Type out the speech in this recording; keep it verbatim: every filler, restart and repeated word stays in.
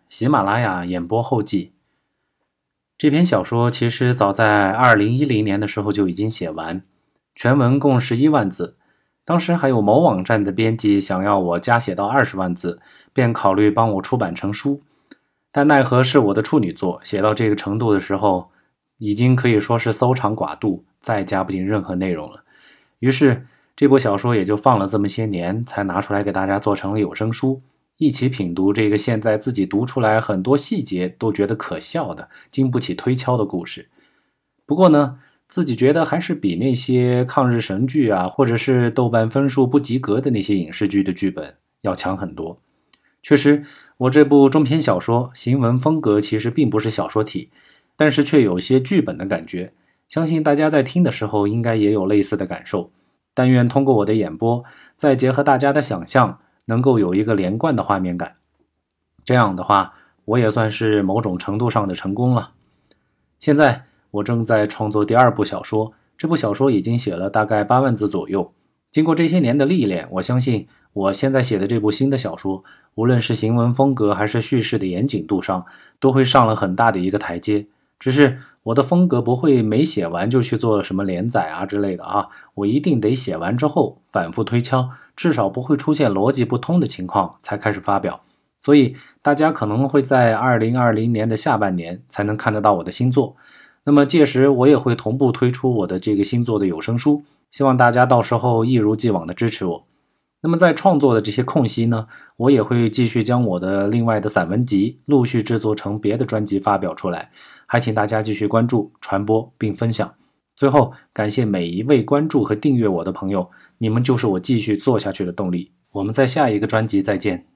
喜马拉雅演播后记。这篇小说其实早在二零一零年的时候就已经写完，全文共十一万字。当时还有某网站的编辑想要我加写到二十万字，便考虑帮我出版成书。但奈何是我的处女作，写到这个程度的时候，已经可以说是搜肠寡肚，再加不进任何内容了。于是这部小说也就放了这么些年，才拿出来给大家做成了有声书，一起品读这个现在自己读出来很多细节都觉得可笑的、经不起推敲的故事。不过呢，自己觉得还是比那些抗日神剧啊，或者是豆瓣分数不及格的那些影视剧的剧本要强很多。确实，我这部中篇小说行文风格其实并不是小说体，但是却有些剧本的感觉，相信大家在听的时候应该也有类似的感受。但愿通过我的演播，再结合大家的想象，能够有一个连贯的画面感。这样的话，我也算是某种程度上的成功了。现在我正在创作第二部小说，这部小说已经写了大概八万字左右。经过这些年的历练，我相信我现在写的这部新的小说，无论是行文风格还是叙事的严谨度上，都会上了很大的一个台阶。只是我的风格不会没写完就去做什么连载啊之类的啊，我一定得写完之后反复推敲，至少不会出现逻辑不通的情况才开始发表。所以大家可能会在二零二零年的下半年才能看得到我的新作。那么届时我也会同步推出我的这个新作的有声书，希望大家到时候一如既往的支持我。那么在创作的这些空隙呢，我也会继续将我的另外的散文集陆续制作成别的专辑发表出来，还请大家继续关注、传播并分享。最后，感谢每一位关注和订阅我的朋友，你们就是我继续做下去的动力。我们在下一个专辑再见。